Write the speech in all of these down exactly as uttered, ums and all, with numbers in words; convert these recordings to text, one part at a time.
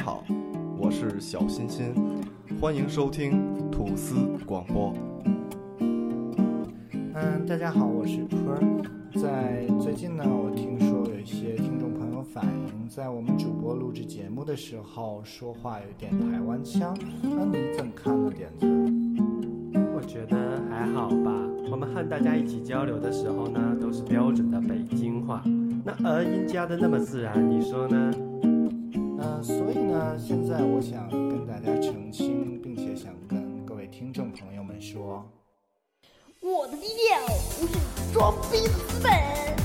好，我是小欣欣，欢迎收听吐司广播。 嗯，大家好，我是坡儿。在最近呢，我听说有一些听众朋友反映，在我们主播录制节目的时候，说话有点台湾腔。那你怎么看呢，点子？ 我觉得还好吧。我们和大家一起交流的时候呢，都是标准的北京话，那儿音加的那么自然，你说呢？ 呃，所以呢，现在我想跟大家澄清，并且想跟各位听众朋友们说， 我的低调不是装逼的资本。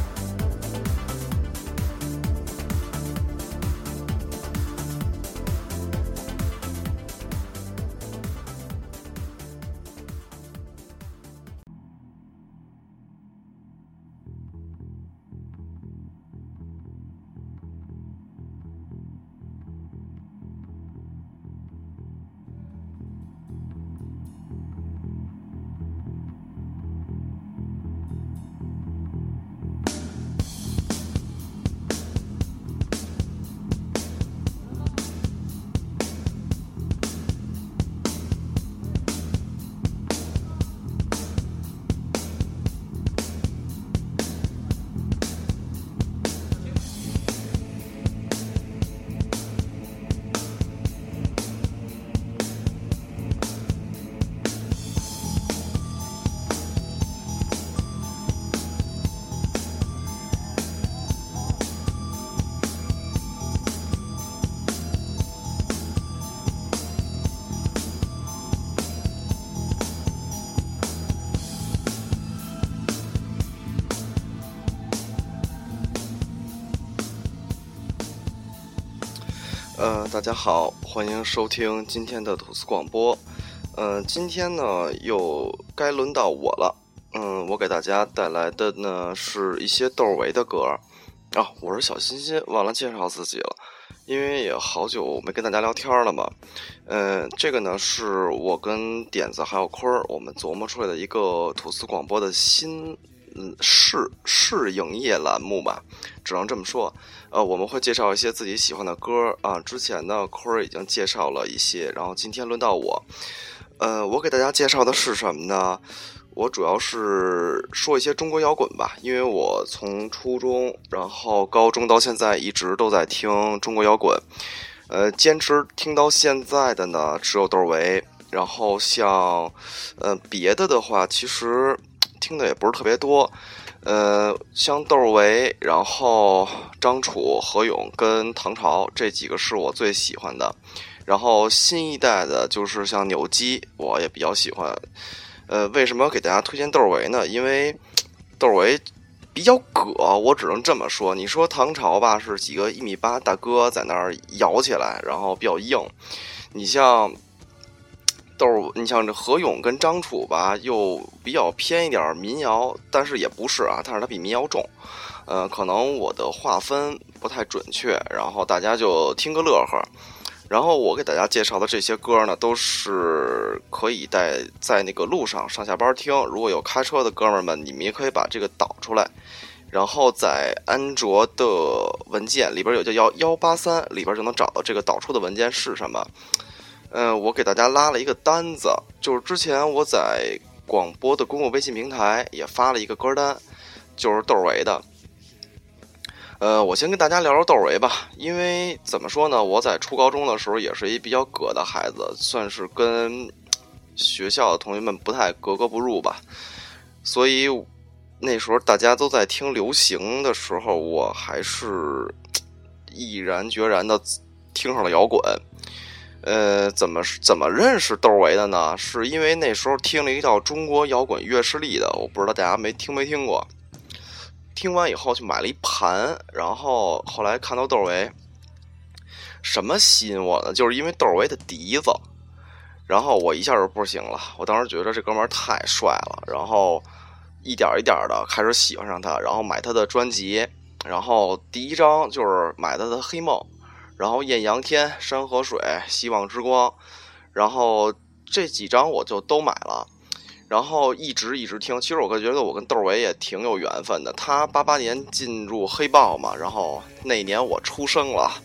呃，大家好，欢迎收听今天的吐司广播。呃，今天呢又该轮到我了。嗯，我给大家带来的呢是一些窦唯的歌。啊，我是小欣欣，忘了介绍自己了，因为也好久没跟大家聊天了嘛。呃，这个呢是我跟点子还有坤儿我们琢磨出来的一个吐司广播的新嗯试试营业栏目吧，只能这么说。呃，我们会介绍一些自己喜欢的歌啊。之前呢，坤儿已经介绍了一些，然后今天轮到我。呃，我给大家介绍的是什么呢？我主要是说一些中国摇滚吧，因为我从初中，然后高中到现在一直都在听中国摇滚。呃，坚持听到现在的呢，只有窦唯。然后像呃别的的话，其实听的也不是特别多。呃，像窦唯，然后张楚、何勇跟唐朝这几个是我最喜欢的。然后新一代的就是像扭机，我也比较喜欢。呃，为什么给大家推荐窦唯呢？因为窦唯比较葛，我只能这么说。你说唐朝吧，是几个一米八大哥在那儿摇起来，然后比较硬。你像窦，你像这何勇跟张楚吧，又比较偏一点民谣，但是也不是啊，但是它比民谣重。呃，可能我的划分不太准确，然后大家就听个乐呵。然后我给大家介绍的这些歌呢，都是可以在在那个路上上下班听。如果有开车的哥们儿们，你们也可以把这个导出来，然后在安卓的文件里边有叫幺幺八三，里边就能找到这个导出的文件是什么。嗯、呃，我给大家拉了一个单子，就是之前我在广播的公共微信平台也发了一个歌单，就是窦唯的。呃，我先跟大家聊聊窦唯吧，因为怎么说呢，我在初高中的时候也是一比较葛的孩子，算是跟学校的同学们不太格格不入吧，所以那时候大家都在听流行的时候，我还是毅然决然的听上了摇滚。呃，怎么怎么认识窦唯的呢？是因为那时候听了一个叫中国摇滚乐势力的，我不知道大家没听没听过。听完以后去买了一盘，然后后来看到窦唯，什么吸引我呢？就是因为窦唯的笛子，然后我一下就不行了。我当时觉得这哥们儿太帅了，然后一点一点的开始喜欢上他，然后买他的专辑，然后第一张就是买他的《黑梦》，然后《艳阳天》、《山河水》、《希望之光》，然后这几张我就都买了。然后一直一直听，其实我觉得我跟窦唯也挺有缘分的。他八八年进入黑豹嘛，然后那年我出生了，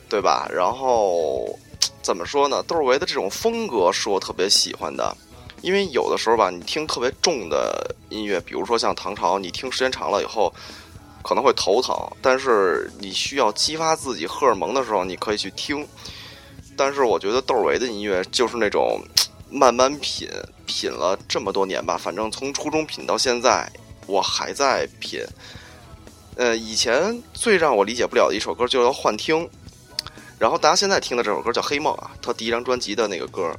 对吧？然后怎么说呢？窦唯的这种风格是我特别喜欢的，因为有的时候吧，你听特别重的音乐，比如说像唐朝，你听时间长了以后可能会头疼，但是你需要激发自己荷尔蒙的时候，你可以去听。但是我觉得窦唯的音乐就是那种慢慢品，品了这么多年吧，反正从初中品到现在，我还在品。呃，以前最让我理解不了的一首歌就叫《幻听》，然后大家现在听的这首歌叫《黑梦》啊，他第一张专辑的那个歌。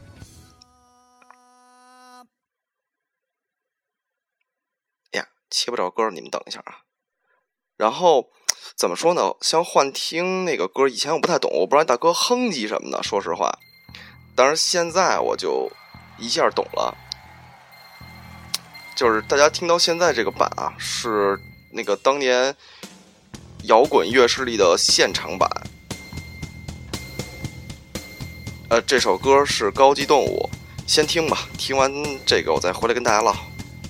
呀，切不着歌，你们等一下啊。然后怎么说呢？像《幻听》那个歌，以前我不太懂，我不知道大哥哼唧什么呢，说实话。但是现在我就一下懂了，就是大家听到现在这个版啊，是那个当年摇滚乐势力的现场版。呃，这首歌是《高级动物》，先听吧，听完这个我再回来跟大家唠。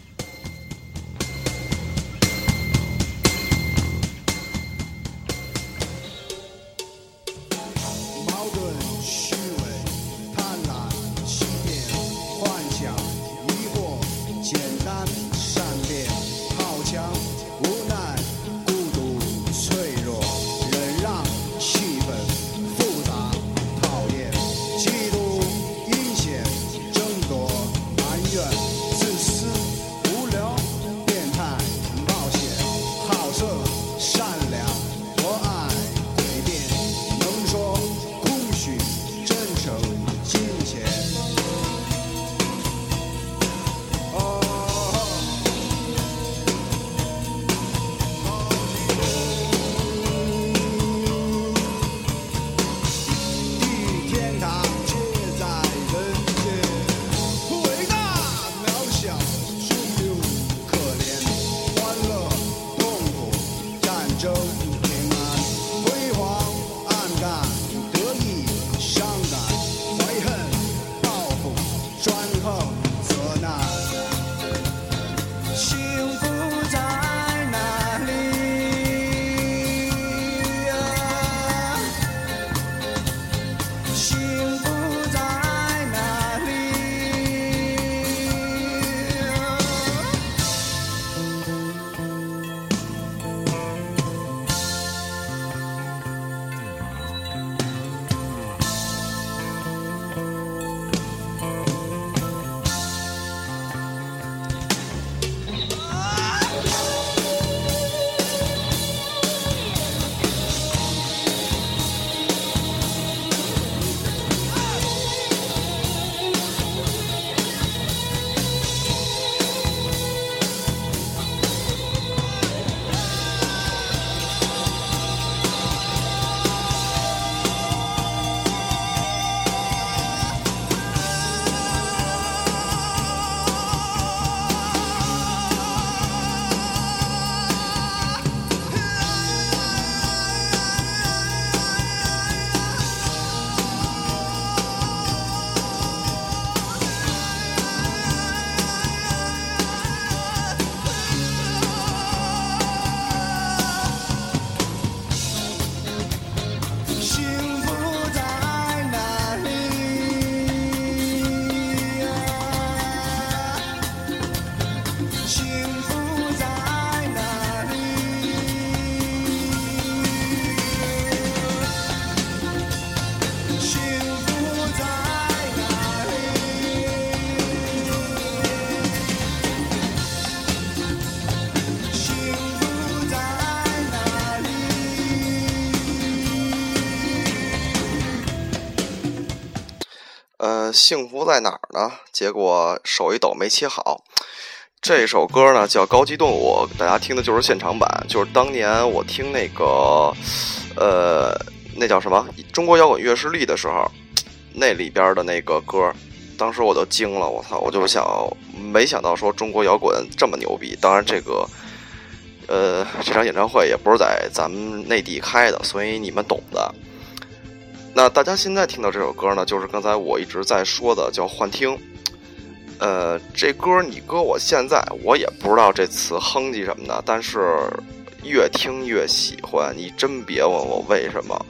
呃，幸福在哪儿呢？结果手一抖没切好。这首歌呢叫《高级动物》，大家听的就是现场版，就是当年我听那个，呃，那叫什么中国摇滚乐势力的时候，那里边的那个歌，当时我都惊了，我操！我就想，没想到说中国摇滚这么牛逼。当然，这个，呃，这场演唱会也不是在咱们内地开的，所以你们懂的。那大家现在听到这首歌呢，就是刚才我一直在说的，叫《幻听》。呃，这歌你搁我现在，我也不知道这词哼唧什么的，但是越听越喜欢。你真别问我为什么，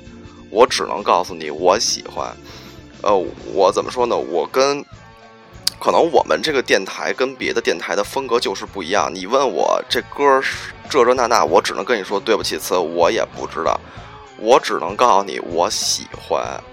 我只能告诉你我喜欢。呃，我怎么说呢？我跟可能我们这个电台跟别的电台的风格就是不一样。你问我这歌这这那那，我只能跟你说对不起词，我也不知道。我只能告诉你我喜欢。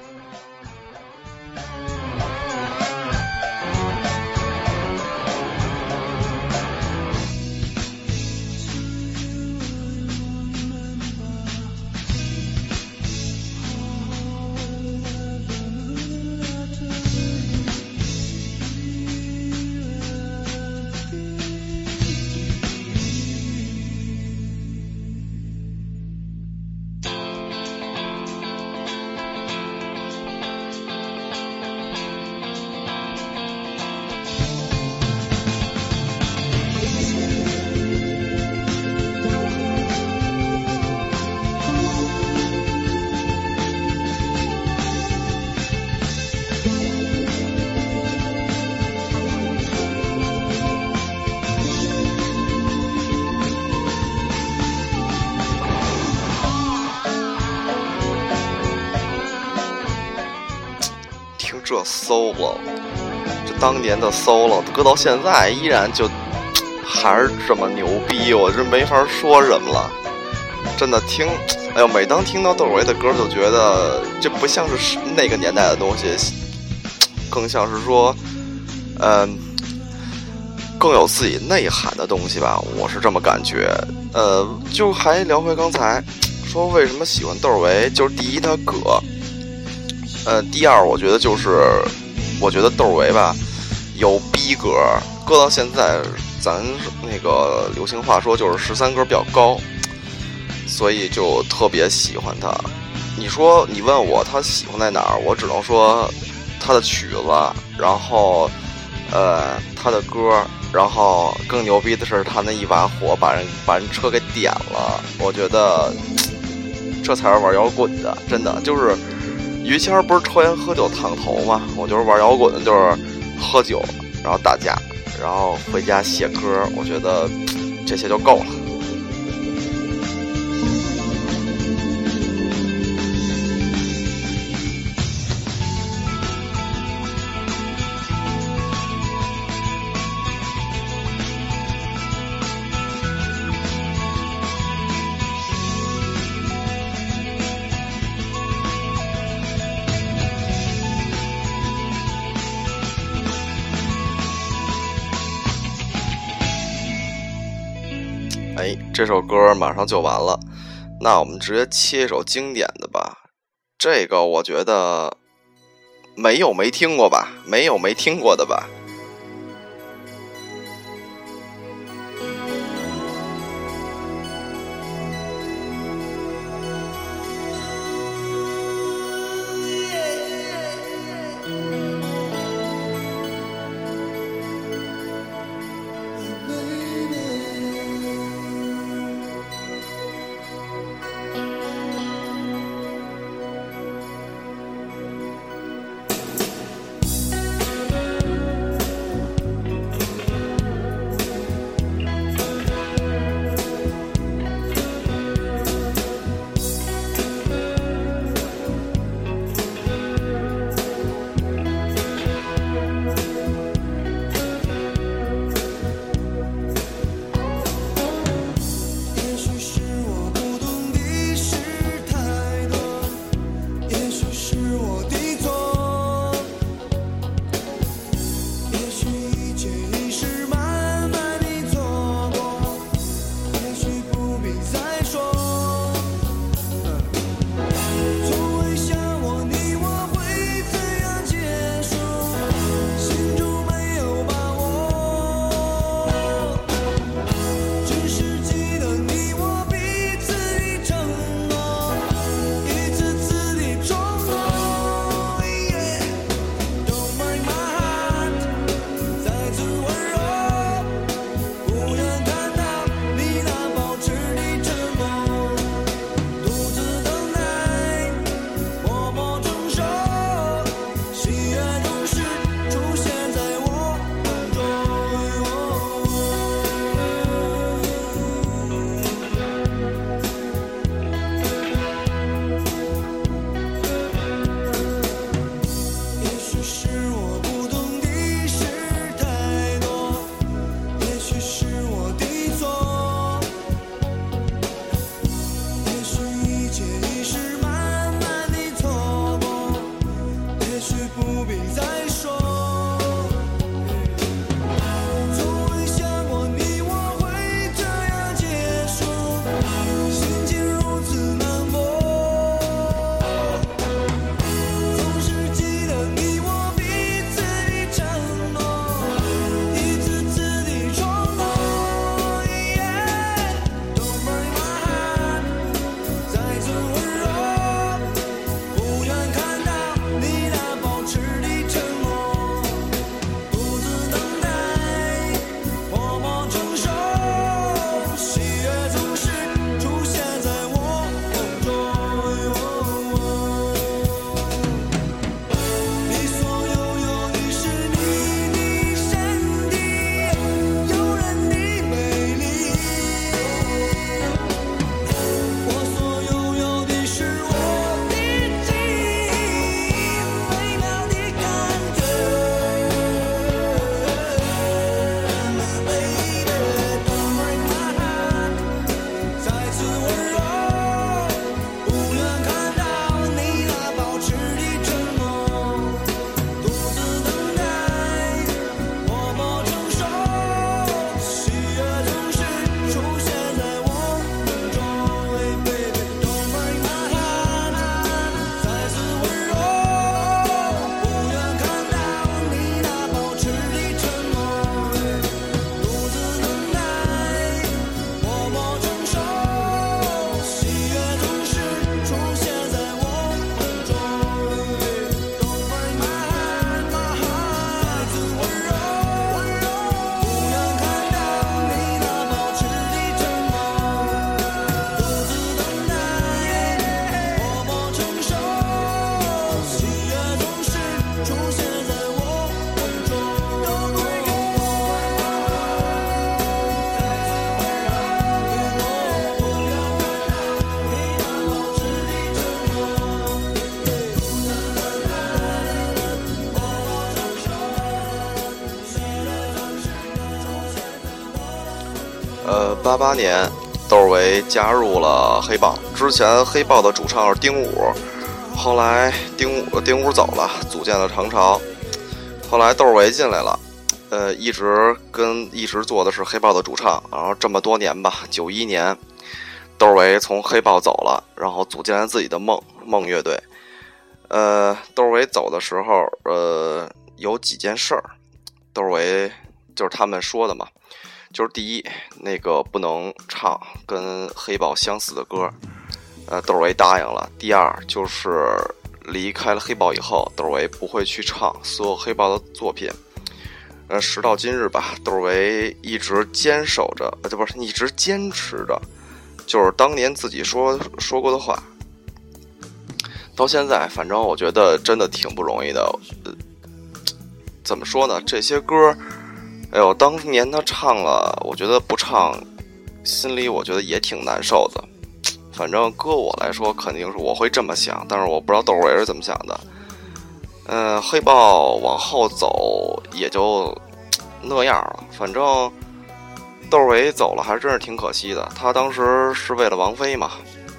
这 solo， 这当年的 solo 搁到现在依然就还是这么牛逼，我这没法说什么了。真的听，哎呦，每当听到窦唯的歌，就觉得这不像是那个年代的东西，更像是说，嗯、呃，更有自己内涵的东西吧，我是这么感觉。呃，就还聊回刚才说为什么喜欢窦唯，就是第一他葛。呃，第二，我觉得就是，我觉得窦唯吧，有逼格，搁到现在，咱那个流行话说就是十三歌比较高，所以就特别喜欢他。你说，你问我他喜欢在哪儿，我只能说他的曲子，然后，呃，他的歌，然后更牛逼的是他那一把火把人把人车给点了，我觉得这才是玩摇滚的，真的就是。于谦不是抽烟喝酒烫头吗？我就是玩摇滚的，就是喝酒，然后打架，然后回家写歌，我觉得这些就够了。哎，这首歌马上就完了，那我们直接切一首经典的吧。这个我觉得没有没听过吧，没有没听过的吧。 呃，八八年，窦唯加入了黑豹。之前黑豹的主唱是丁武，后来丁武丁武走了，组建了长潮。后来窦唯进来了，呃，一直跟一直做的是黑豹的主唱。然后这么多年吧，九一年，窦唯从黑豹走了，然后组建了自己的梦梦乐队。呃，窦唯走的时候，呃，有几件事儿，窦唯就是他们说的嘛。就是第一，那个不能唱跟黑豹相似的歌，呃，窦唯答应了。第二，就是离开了黑豹以后，窦唯不会去唱所有黑豹的作品。呃，时到今日吧，窦唯一直坚守着，呃，不是一直坚持着，就是当年自己说说过的话。到现在，反正我觉得真的挺不容易的。呃，怎么说呢？这些歌。哎呦，当年他唱了，我觉得不唱，心里我觉得也挺难受的。反正搁我来说，肯定是我会这么想，但是我不知道窦唯是怎么想的。嗯、呃，黑豹往后走也就那样了。反正窦唯走了，还真是挺可惜的。他当时是为了王菲嘛。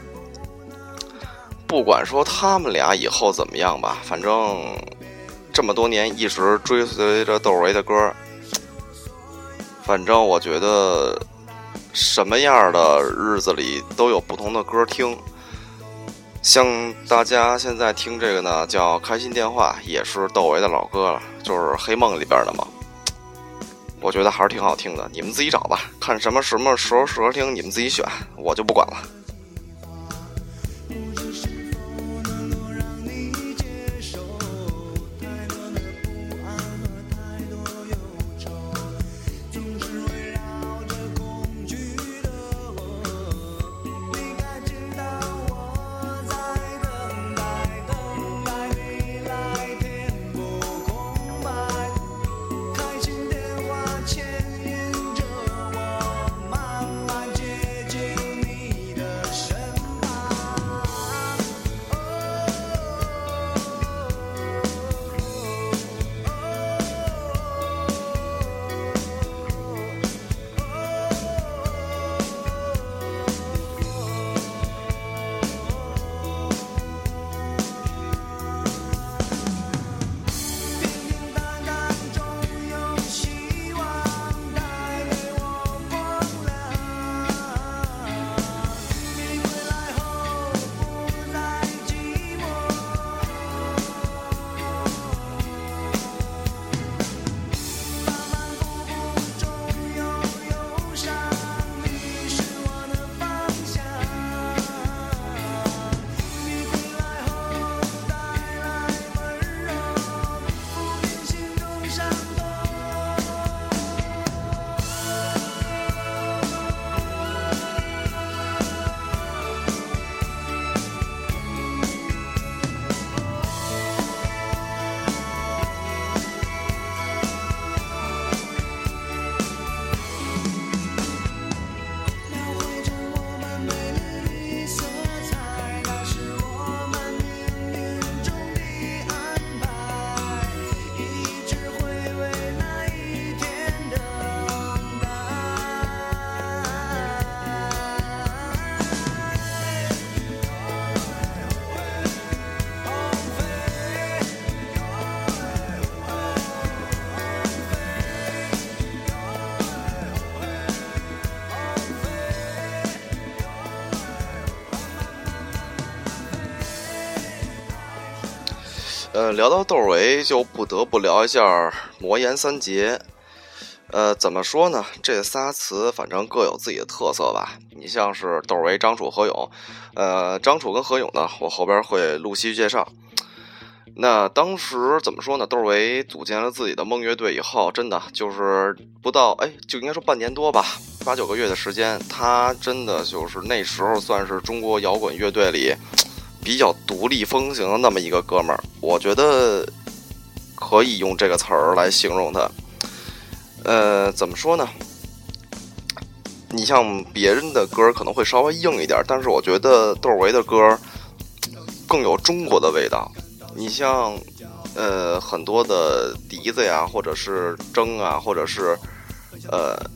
不管说他们俩以后怎么样吧，反正这么多年一直追随着窦唯的歌。反正我觉得什么样的日子里都有不同的歌听，像大家现在听这个呢叫开心电话，也是窦唯的老歌了，就是黑梦里边的嘛。我觉得还是挺好听的，你们自己找吧，看什么什么时候适合听你们自己选，我就不管了。呃，聊到窦唯，就不得不聊一下魔岩三杰。呃，怎么说呢？这仨词反正各有自己的特色吧。你像是窦唯、张楚、何勇，呃，张楚跟何勇呢，我后边会陆续介绍。那当时怎么说呢？窦唯组建了自己的梦乐队以后，真的就是不到哎，就应该说半年多吧，八九个月的时间，他真的就是那时候算是中国摇滚乐队里比较独立风行的那么一个哥们儿，我觉得可以用这个词儿来形容他。呃，怎么说呢？你像别人的歌可能会稍微硬一点，但是我觉得窦唯的歌更有中国的味道。你像呃很多的笛子呀，或者是筝啊，或者是呃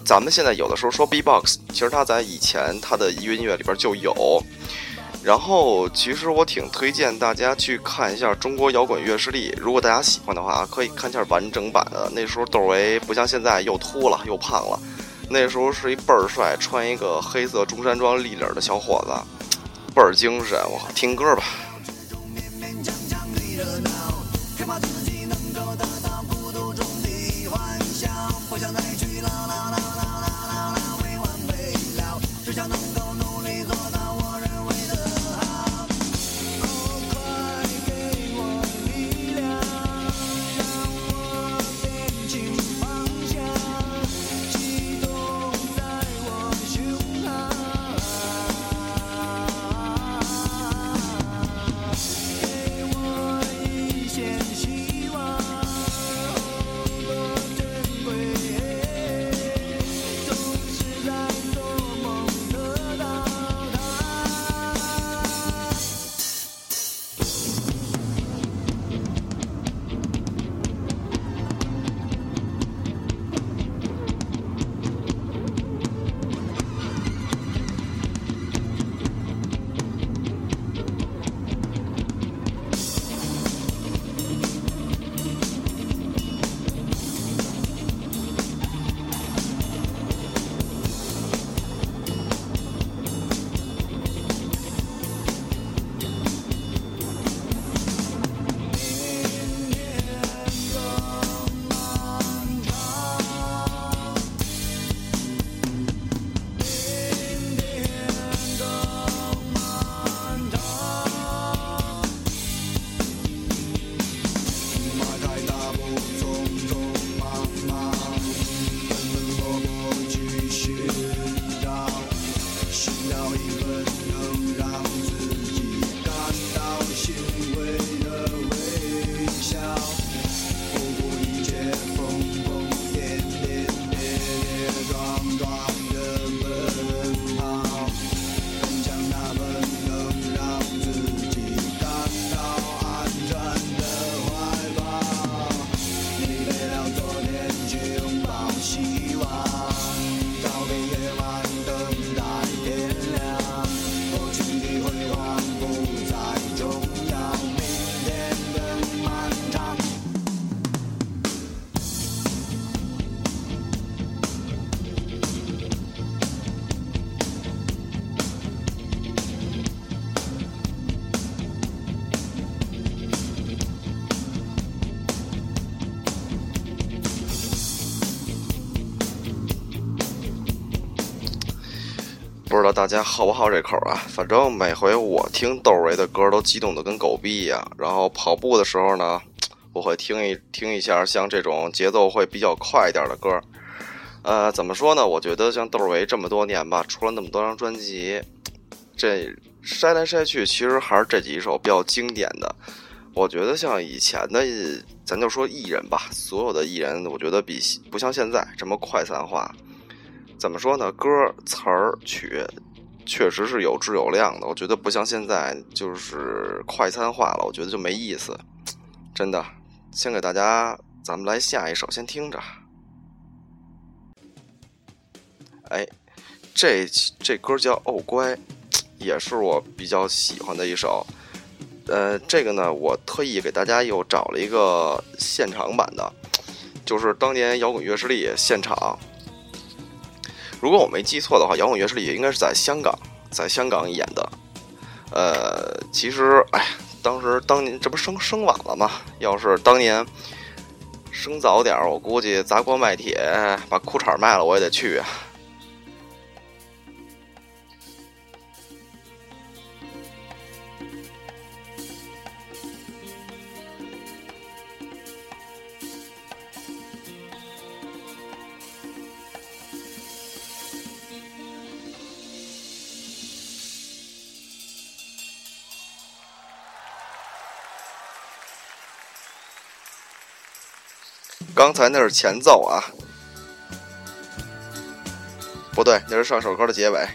咱们现在有的时候说 B-box， 其实它在以前它的音乐里边就有。然后其实我挺推荐大家去看一下中国摇滚乐势力，如果大家喜欢的话可以看一下完整版的。那时候窦唯不像现在又秃了又胖了，那时候是一倍儿帅，穿一个黑色中山装立领的小伙子，倍儿精神。我听歌吧。不知道大家好不好这口啊？反正每回我听窦唯的歌都激动的跟狗逼一样。然后跑步的时候呢，我会听一听一下像这种节奏会比较快一点的歌。呃，怎么说呢？我觉得像窦唯这么多年吧，出了那么多张专辑，这筛来筛去，其实还是这几首比较经典的。我觉得像以前的，咱就说艺人吧，所有的艺人，我觉得比不像现在这么快餐化。怎么说呢？歌词儿曲确实是有质有量的，我觉得不像现在就是快餐化了，我觉得就没意思。真的，先给大家，咱们来下一首，先听着。哎，这这歌叫《哦乖》，也是我比较喜欢的一首。呃，这个呢，我特意给大家又找了一个现场版的，就是当年摇滚乐势力现场。如果我没记错的话，摇滚乐势力应该是在香港，在香港演的。呃，其实，哎，当时当年这不生生晚了吗？要是当年生早点，我估计砸锅卖铁把裤衩卖了，我也得去啊。刚才那是前奏啊，不对，那是上首歌的结尾。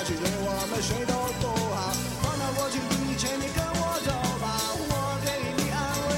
去对我们谁都不好，放到过去一切你跟我走吧，我给你安慰。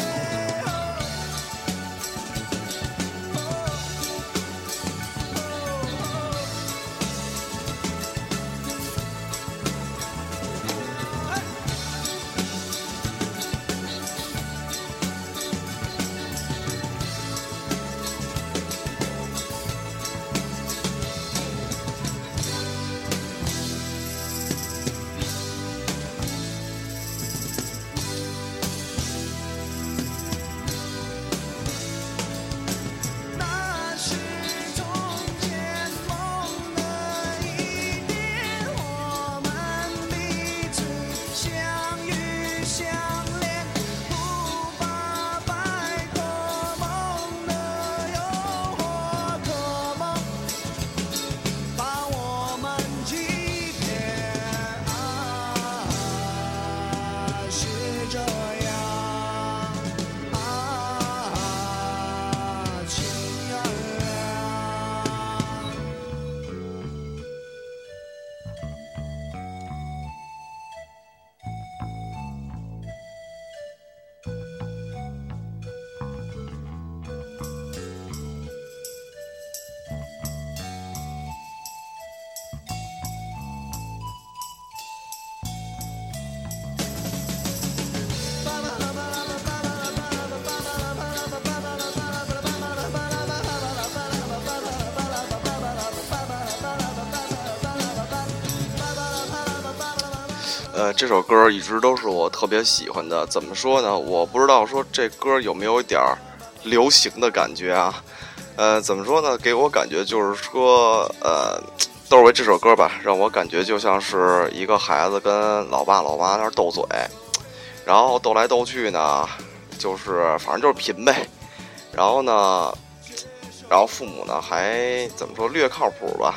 呃，这首歌一直都是我特别喜欢的。怎么说呢？我不知道说这歌有没有一点流行的感觉啊？呃，怎么说呢？给我感觉就是说，呃，窦唯这首歌吧，让我感觉就像是一个孩子跟老爸老妈那儿斗嘴，然后斗来斗去呢，就是反正就是贫呗。然后呢，然后父母呢还怎么说略靠谱吧？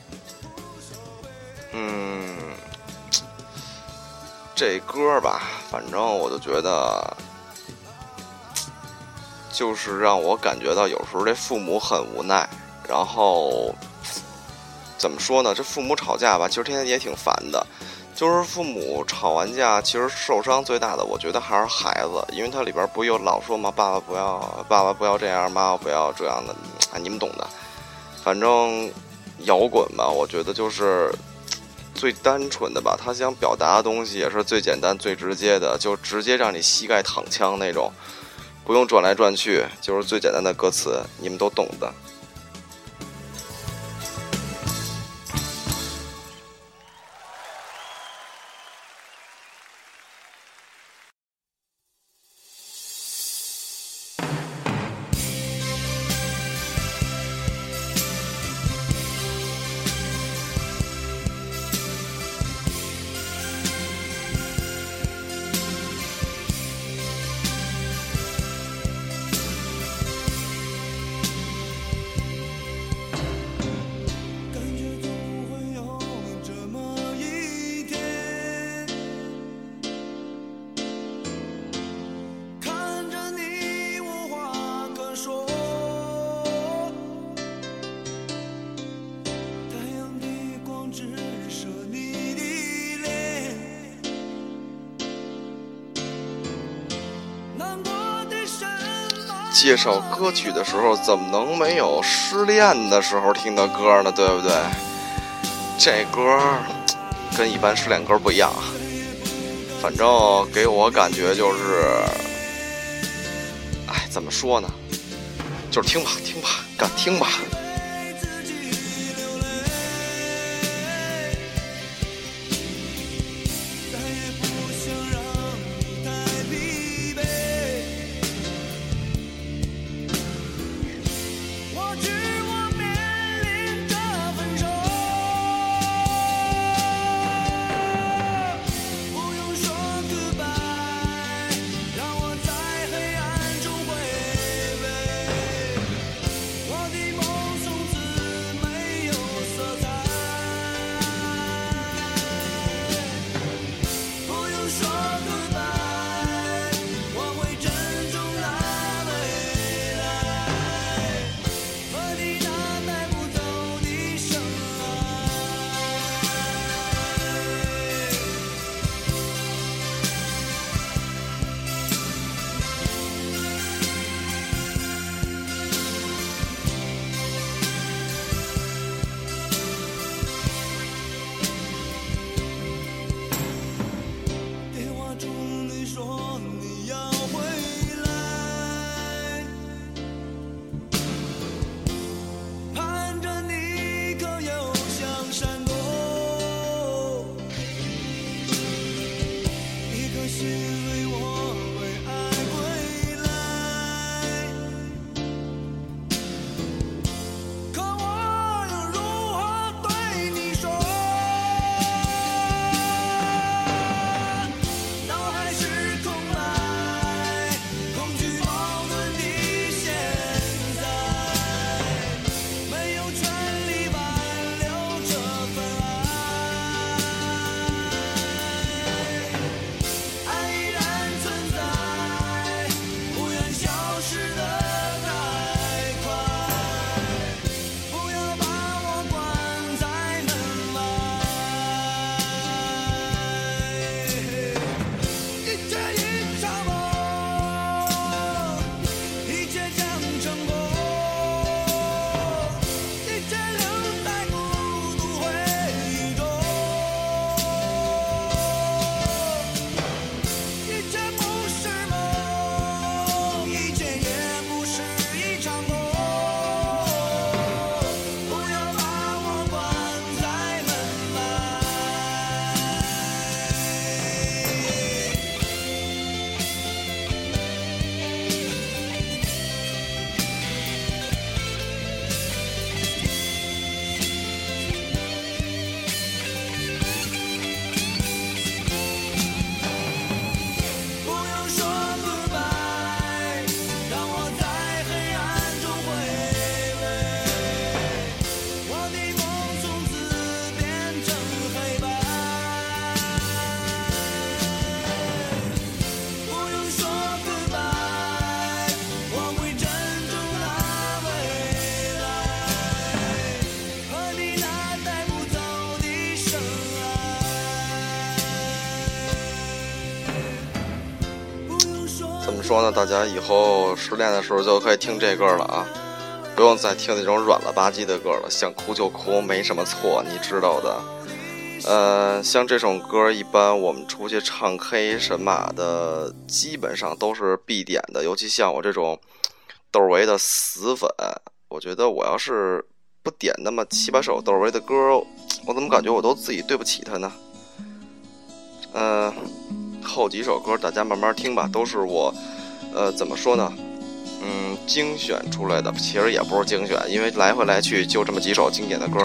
嗯。这歌吧，反正我就觉得，就是让我感觉到有时候这父母很无奈。然后怎么说呢？这父母吵架吧，其实天天也挺烦的。就是父母吵完架，其实受伤最大的，我觉得还是孩子，因为它里边不有老说嘛，爸爸不要，爸爸不要这样，妈妈不要这样的，啊，你们懂的。反正摇滚吧，我觉得就是最单纯的吧，他想表达的东西也是最简单最直接的，就直接让你膝盖躺枪那种，不用转来转去，就是最简单的歌词，你们都懂的。介绍歌曲的时候怎么能没有失恋的时候听的歌呢，对不对？这歌跟一般失恋歌不一样啊，反正给我感觉就是，哎，怎么说呢，就是听吧听吧敢听吧。 我的梦怎么说呢？大家以后失恋的时候就可以听这歌了啊，不用再听那种软了吧唧的歌了，想哭就哭，没什么错，你知道的。呃，像这种歌，一般我们出去唱 K 神马的，基本上都是必点的。尤其像我这种窦唯的死粉，我觉得我要是不点那么七八首窦唯的歌，我怎么感觉我都自己对不起他呢？呃，后几首歌大家慢慢听吧，都是我，呃，怎么说呢？嗯，精选出来的，其实也不是精选，因为来回来去就这么几首经典的歌。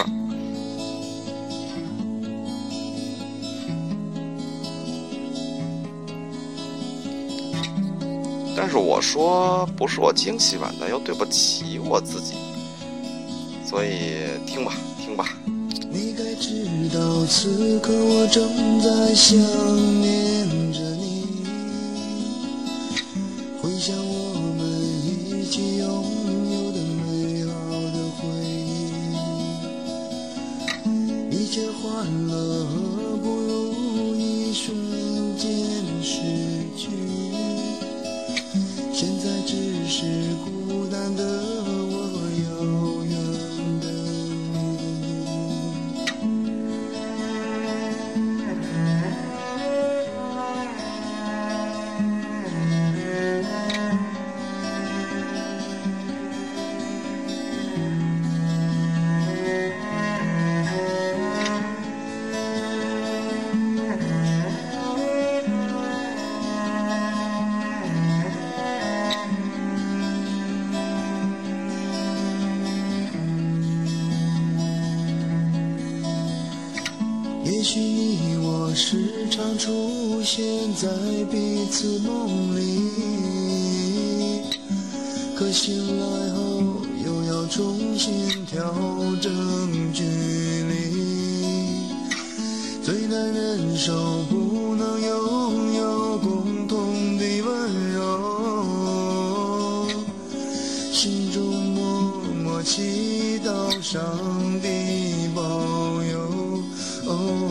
但是我说不是我精喜欢的，又对不起我自己，所以听吧听吧。 你该知道此刻我正在想念着你，回想我们一起拥有的美好的回忆，一切欢乐和不如意瞬间逝去，现在只是孤单的我和遥远的也许你我时常出现在彼此梦里，可醒来后又要重新调整距离，最难忍受不能拥有共同的温柔，心中默默祈祷上帝保佑。哦，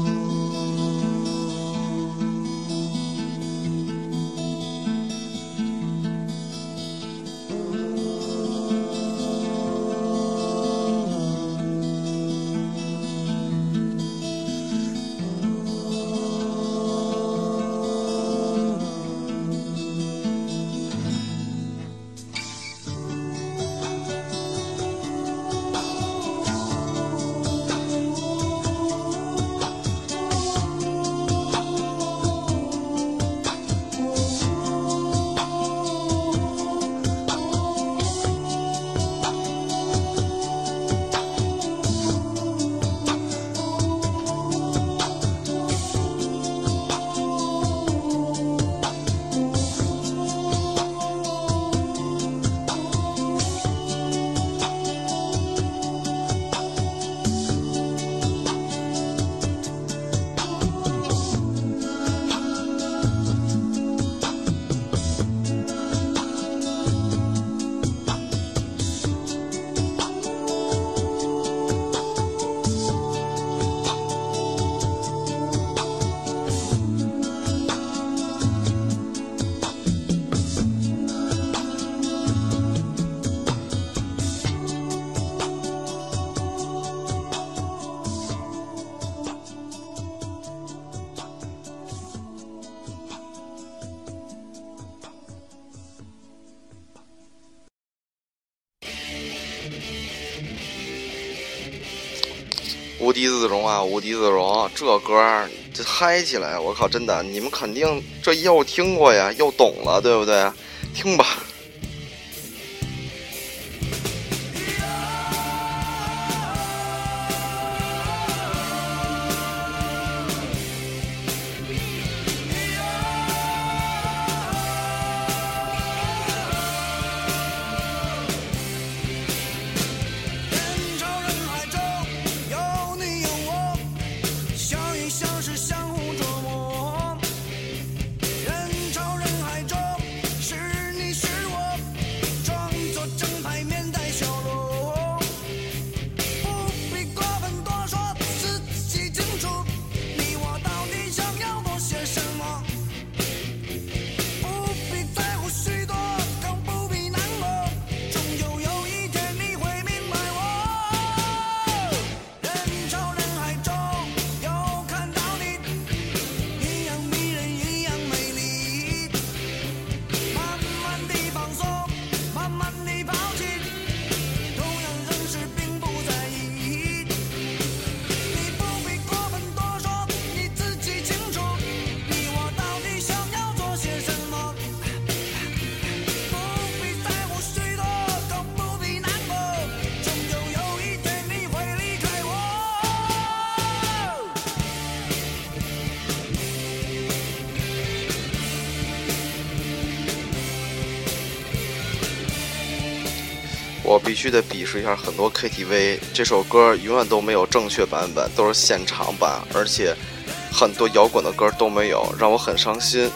无地自容啊，无地自容！这歌这嗨起来，我靠，真的，你们肯定这又听过呀，又懂了，对不对？听吧。 人潮人海中，是你是我必须得鄙视一下很多 K T V， 这首歌永远都没有正确版本，都是现场版，而且很多摇滚的歌都没有，让我很伤心。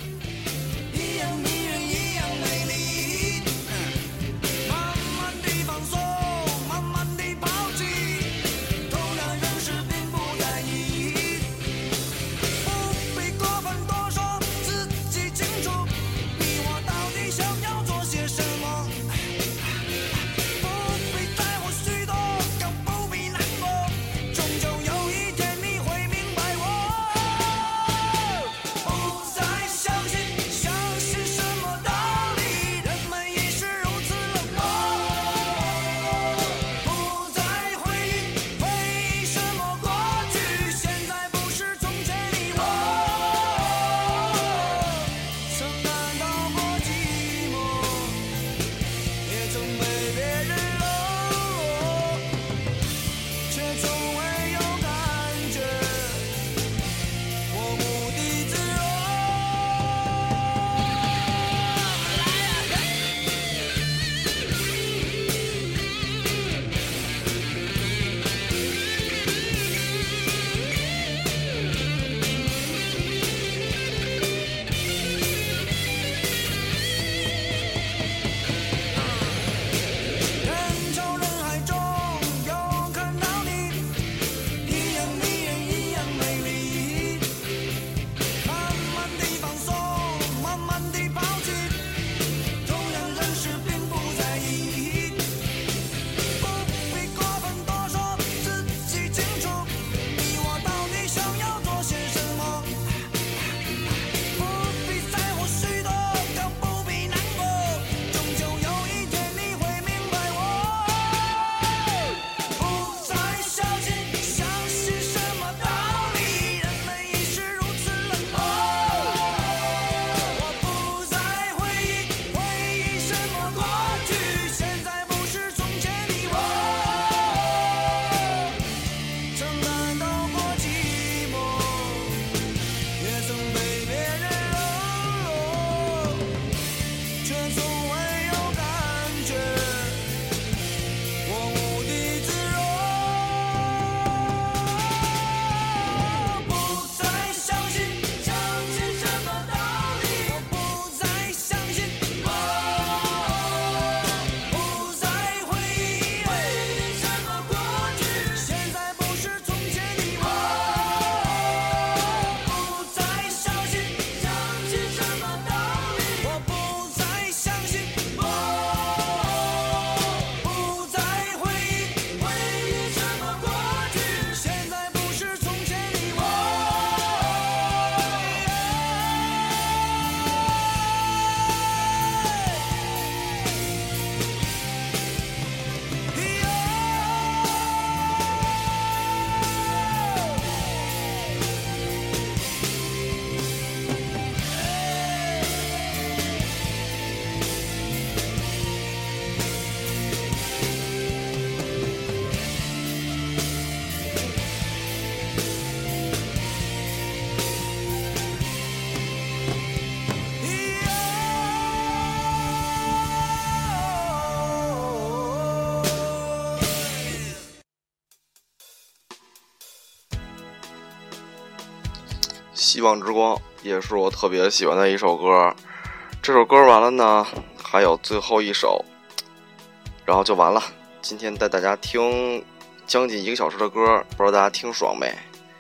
希望之光也是我特别喜欢的一首歌，这首歌完了呢还有最后一首，然后就完了。今天带大家听将近一个小时的歌，不知道大家听爽没？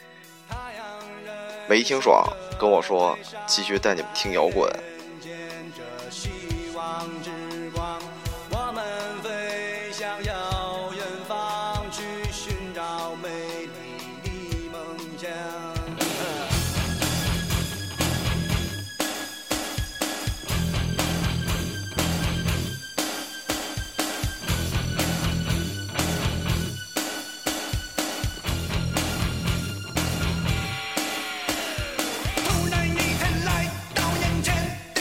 没听爽跟我说，继续带你们听摇滚。 突然一天来到眼前，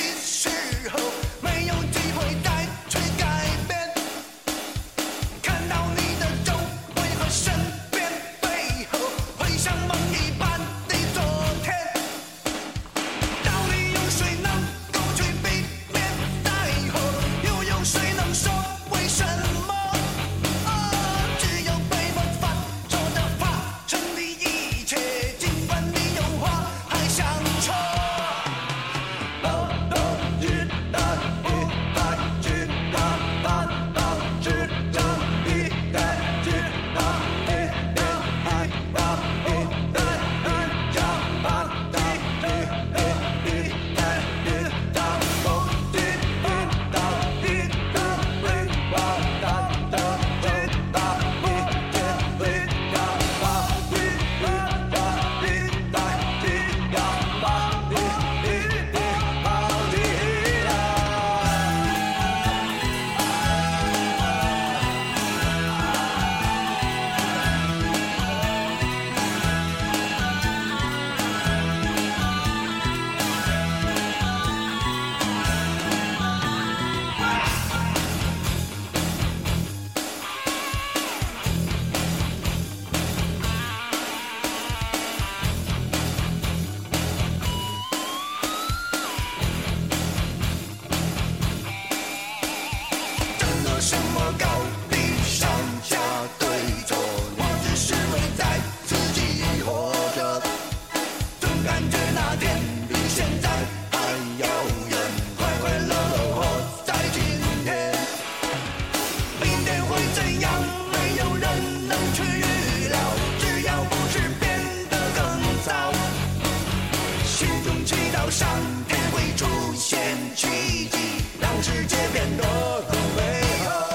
到上天会出现奇迹，让世界变得更美好。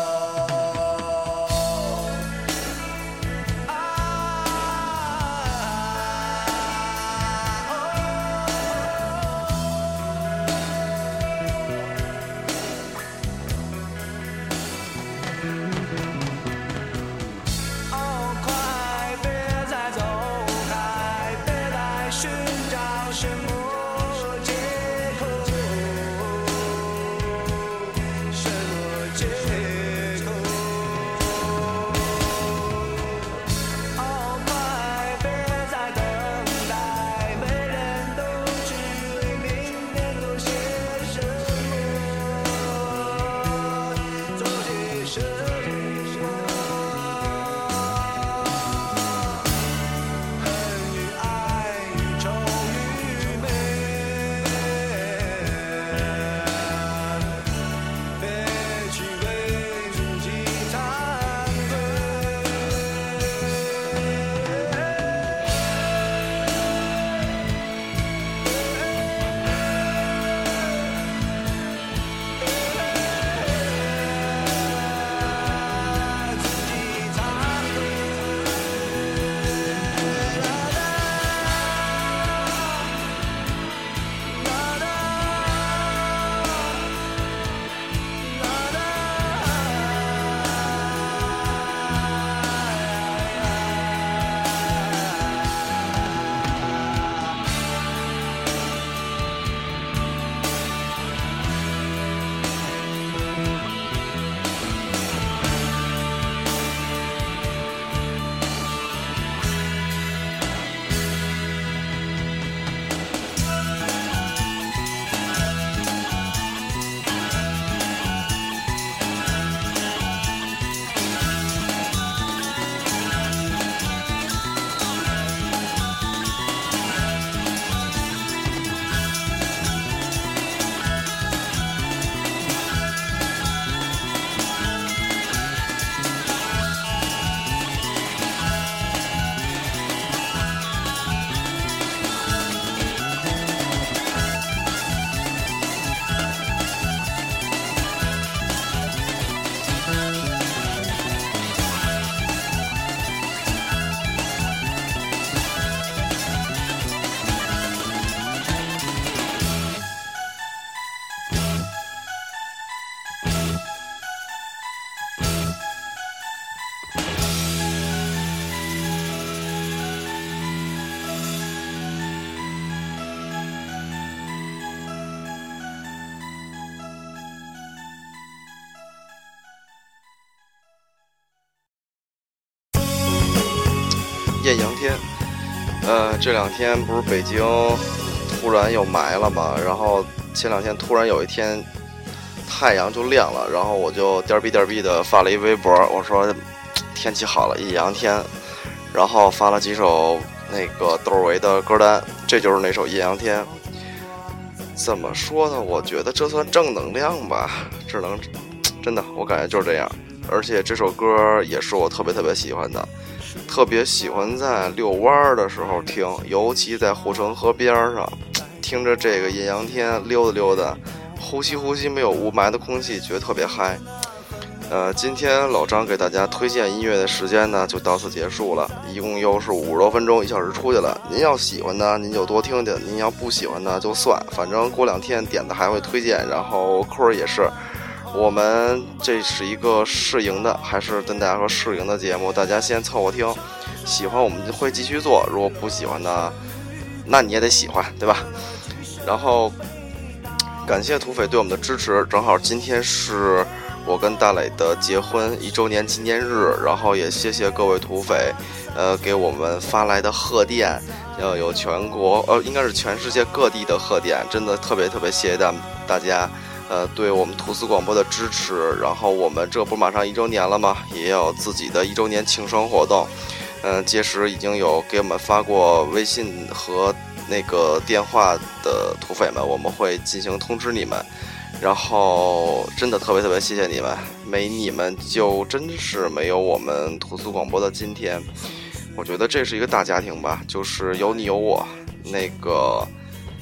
艳阳天，呃，这两天不是北京突然又霾了嘛，然后前两天突然有一天太阳就亮了，然后我就颠逼颠逼的发了一微博，我说天气好了，艳阳天，然后发了几首那个窦唯的歌单，这就是那首艳阳天。怎么说呢，我觉得这算正能量吧，只能真的我感觉就是这样。而且这首歌也是我特别特别喜欢的，特别喜欢在遛弯的时候听，尤其在护城河边上听着这个艳阳天溜达溜达，呼吸呼吸没有雾霾的空气，觉得特别嗨。呃，今天老张给大家推荐音乐的时间呢就到此结束了，一共又是五十多分钟，一小时出去了。您要喜欢呢您就多听听，您要不喜欢呢就算，反正过两天点的还会推荐，然后扣儿也是。我们这是一个试营的，还是跟大家说试营的节目，大家先凑合听，喜欢我们就会继续做，如果不喜欢呢那你也得喜欢，对吧？然后感谢土匪对我们的支持，正好今天是我跟大磊的结婚一周年纪念日，然后也谢谢各位土匪呃给我们发来的贺电，呃有全国呃应该是全世界各地的贺电，真的特别特别谢谢大大家呃对我们吐司广播的支持。然后我们这不马上一周年了吗，也有自己的一周年庆生活动，嗯、呃，届时已经有给我们发过微信和那个电话的土匪们，我们会进行通知你们。然后真的特别特别谢谢你们，没你们就真是没有我们吐司广播的今天。我觉得这是一个大家庭吧，就是有你有我，那个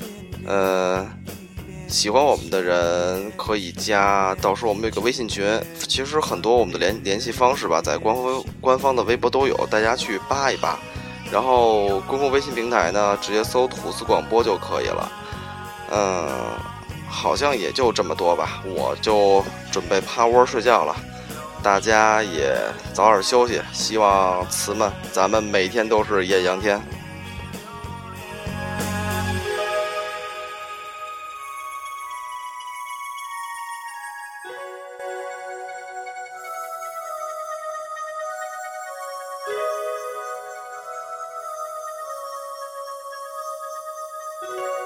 呃，喜欢我们的人可以加，到时候我们有个微信群，其实很多我们的联联系方式吧，在官方官方的微博都有，大家去扒一扒。然后公共微信平台呢，直接搜吐司广播就可以了。嗯，好像也就这么多吧，我就准备趴窝睡觉了。大家也早点休息，希望词们咱们每天都是艳阳天。 you